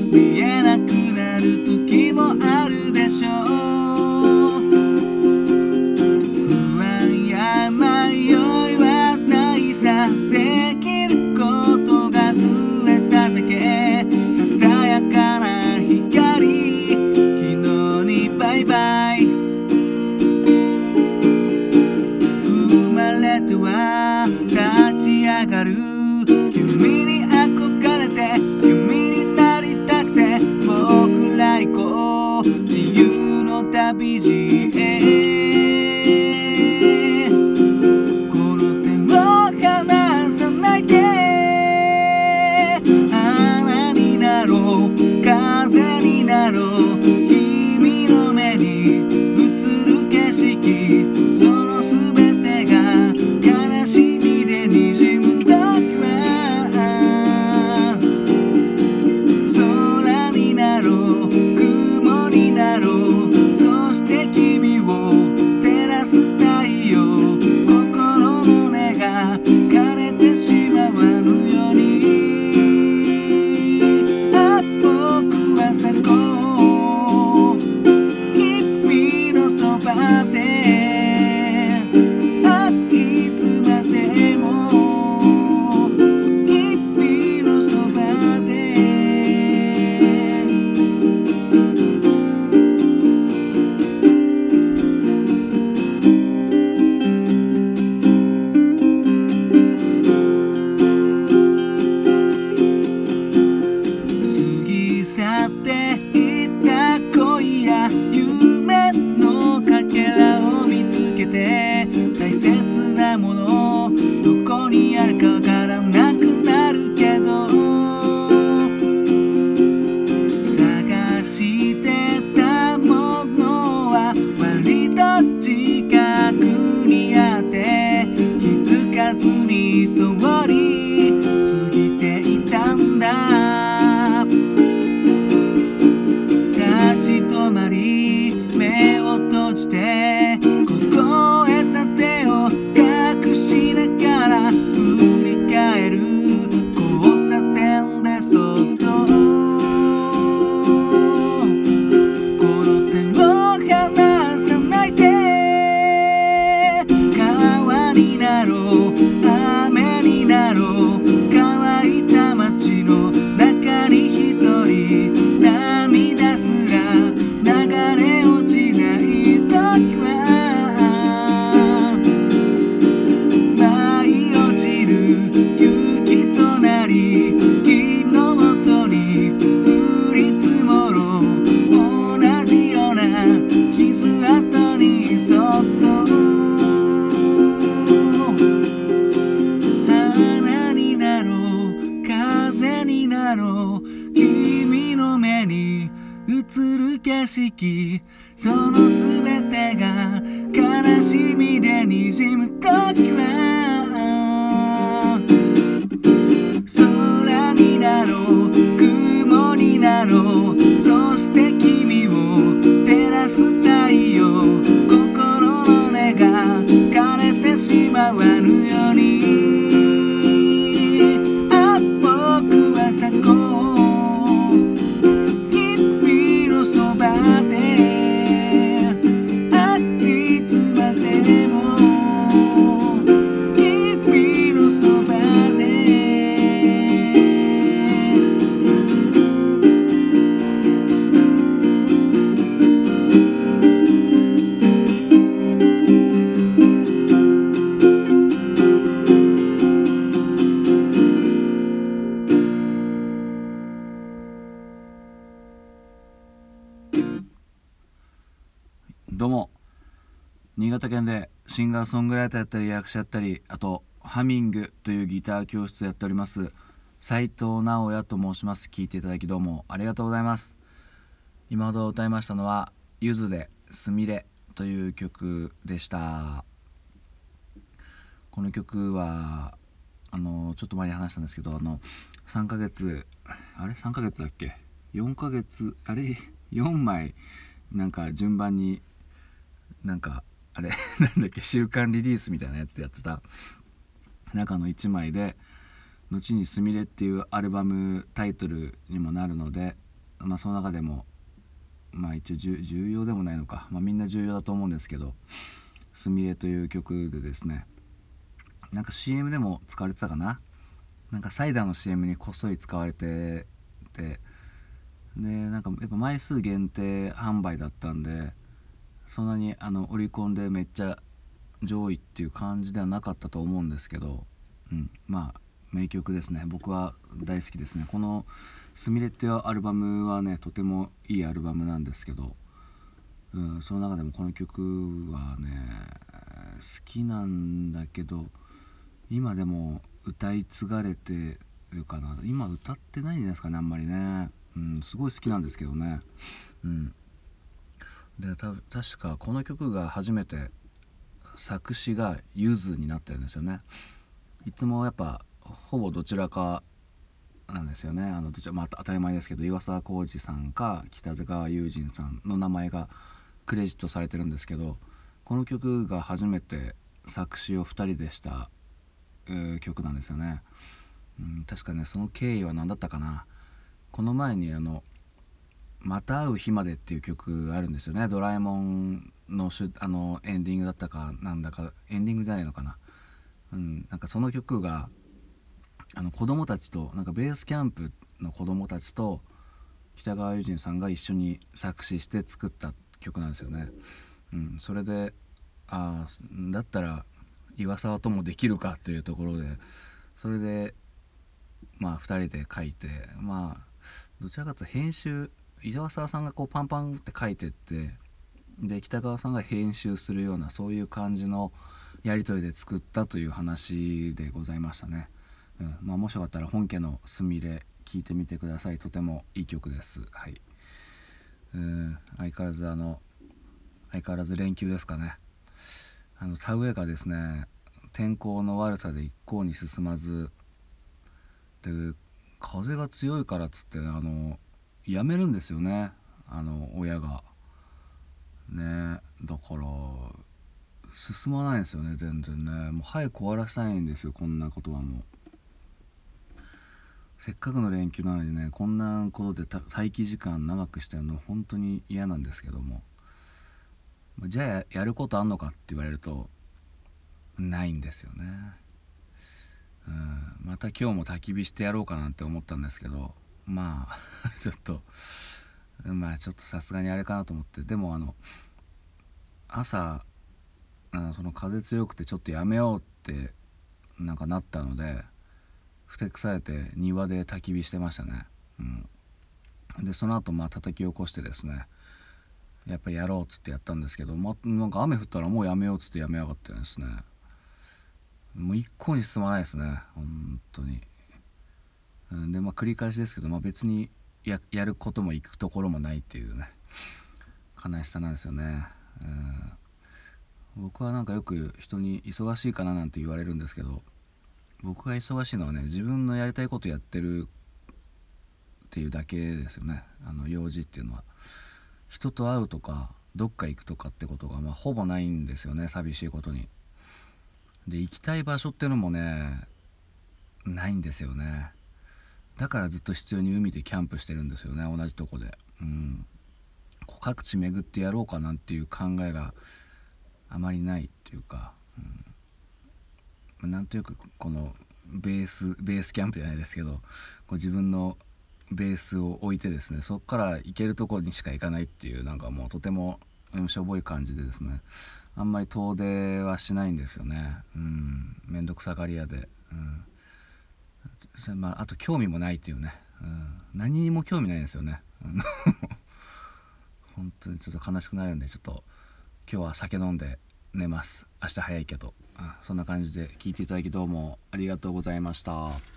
見えなくなる時もあるでしょう。不安や迷いはないさ。できることが増えただけ。ささやかな光、昨日にバイバイ。生まれては立ち上がる。君に憧れて、君になりたくて、僕ら行こう自由の旅路へ。この手を離さないで。花になろう、風になろう。君の目に映る景色、その全てが悲しみで滲む時は、空になろう、雲になろう。そして君を照らす太陽、心の根が枯れてしまわぬように。あ、僕は咲こう、君のそばで。あ、いつまでも君のそばで。過ぎ去っていった恋や夢のかけらを見つけて、大切なものどこにあるかわからなくなるけど、探してたものは割と近くにあって、気づかずに通り過ぎていたんだ。立ち止まり目を閉じて、凍えた手を隠しながら振り返る。交差点でそっとこの手を離さないで。川になろう、雨になろう。乾いた街の中に一人、涙すら流れ落ちない時は、舞い落ちる雪となり、日の元に降り積もろう。同じような傷跡にそっと。花になろう、風になろう。君の目に映る景色、その全てが悲しみで滲む時は、空になろう、雲になろう。そして君を照らす太陽、心の根が枯れてしまわぬように。あ、僕は咲こう、君のそばで。あ、いつまでも君のそばで。どうも、新潟県でシンガーソングライターやったり役者やったり、あとハミングというギター教室やっております斉藤直也と申します。聞いていただきどうもありがとうございます。今ほど歌いましたのはゆずですみれという曲でした。この曲はちょっと前に話したんですけど、3ヶ月3ヶ月だっけ4ヶ月4枚なんか順番になんだっけ週間リリースみたいなやつでやってた中の1枚で、後にすみれっていうアルバムタイトルにもなるので、 その中でも一応重要でもないのか、みんな重要だと思うんですけど、すみれという曲でですね、なんか CM でも使われてたかな、なんかサイダーの CM にこっそり使われてて、でなんかやっぱ枚数限定販売だったんで、そんなにオリコンでめっちゃ上位っていう感じではなかったと思うんですけど、名曲ですね。僕は大好きですね。このすみれっていうアルバムはね、とてもいいアルバムなんですけど、その中でもこの曲はね好きなんだけど、今でも歌い継がれてるかな。今歌ってないんじゃないですかね、あんまりね。すごい好きなんですけどね。で確かこの曲が初めて作詞がゆずになってるんですよね。いつもやっぱほぼどちらかなんですよね。当たり前ですけど、岩沢浩二さんか北川悠仁さんの名前がクレジットされてるんですけど、この曲が初めて作詞を2人でした、曲なんですよね。確かね、その経緯は何だったかな。この前にまた会う日までっていう曲あるんですよね。ドラえもんのエンディングだったかなんだか、エンディングじゃないのかな。なんかその曲が子供たちと、なんかベースキャンプの子供たちと北川悠仁さんが一緒に作詞して作った曲なんですよね。それでだったら岩沢ともできるかというところで、それで2人で書いて、どちらかというと編集、岩沢さんがこうパンパンって書いてって、で北川さんが編集するような、そういう感じのやり取りで作ったという話でございましたね。もしよかったら本家のすみれ聞いてみてください。とてもいい曲です。はい。相変わらず連休ですかね。田植えがですね、天候の悪さで一向に進まずで、風が強いからっつってやめるんですよね、親がね。だから進まないんですよね、全然ね。もう早く終わらせたいんですよ、こんなことは。もうせっかくの連休なのにね、こんなことで待機時間長くしてるの本当に嫌なんですけども、じゃあやることあんのかって言われるとないんですよね。また今日も焚き火してやろうかなんて思ったんですけど、ちょっとさすがにあれかなと思って。でも朝その風強くてちょっとやめようってなったので、ふてくされて庭で焚き火してましたね。でその後叩き起こしてですね、やっぱりやろうっつってやったんですけど、なんか雨降ったらもうやめようっつってやめやがってですね、もう一向に進まないですね、本当に。で繰り返しですけど、別にやることも行くところもないっていうね、悲しさなんですよね。僕はなんかよく人に忙しいかななんて言われるんですけど、僕が忙しいのはね、自分のやりたいことやってるっていうだけですよね。用事っていうのは人と会うとかどっか行くとかってことがほぼないんですよね、寂しいことに。で行きたい場所っていうのもねないんですよね。だからずっと必要に海でキャンプしてるんですよね、同じとこで。各地巡ってやろうかなんていう考えがあまりないっていうか、なんというかこのベースキャンプじゃないですけど、こう自分のベースを置いてですね、そこから行けるところにしか行かないっていう、なんかもうとてもしょぼい感じでですね、あんまり遠出はしないんですよね。めんどくさがり屋で、あと興味もないっていうね、何にも興味ないんですよね。本当にちょっと悲しくなるんで、ちょっと今日は酒飲んで寝ます。明日早いけど、そんな感じで聞いていただきどうもありがとうございました。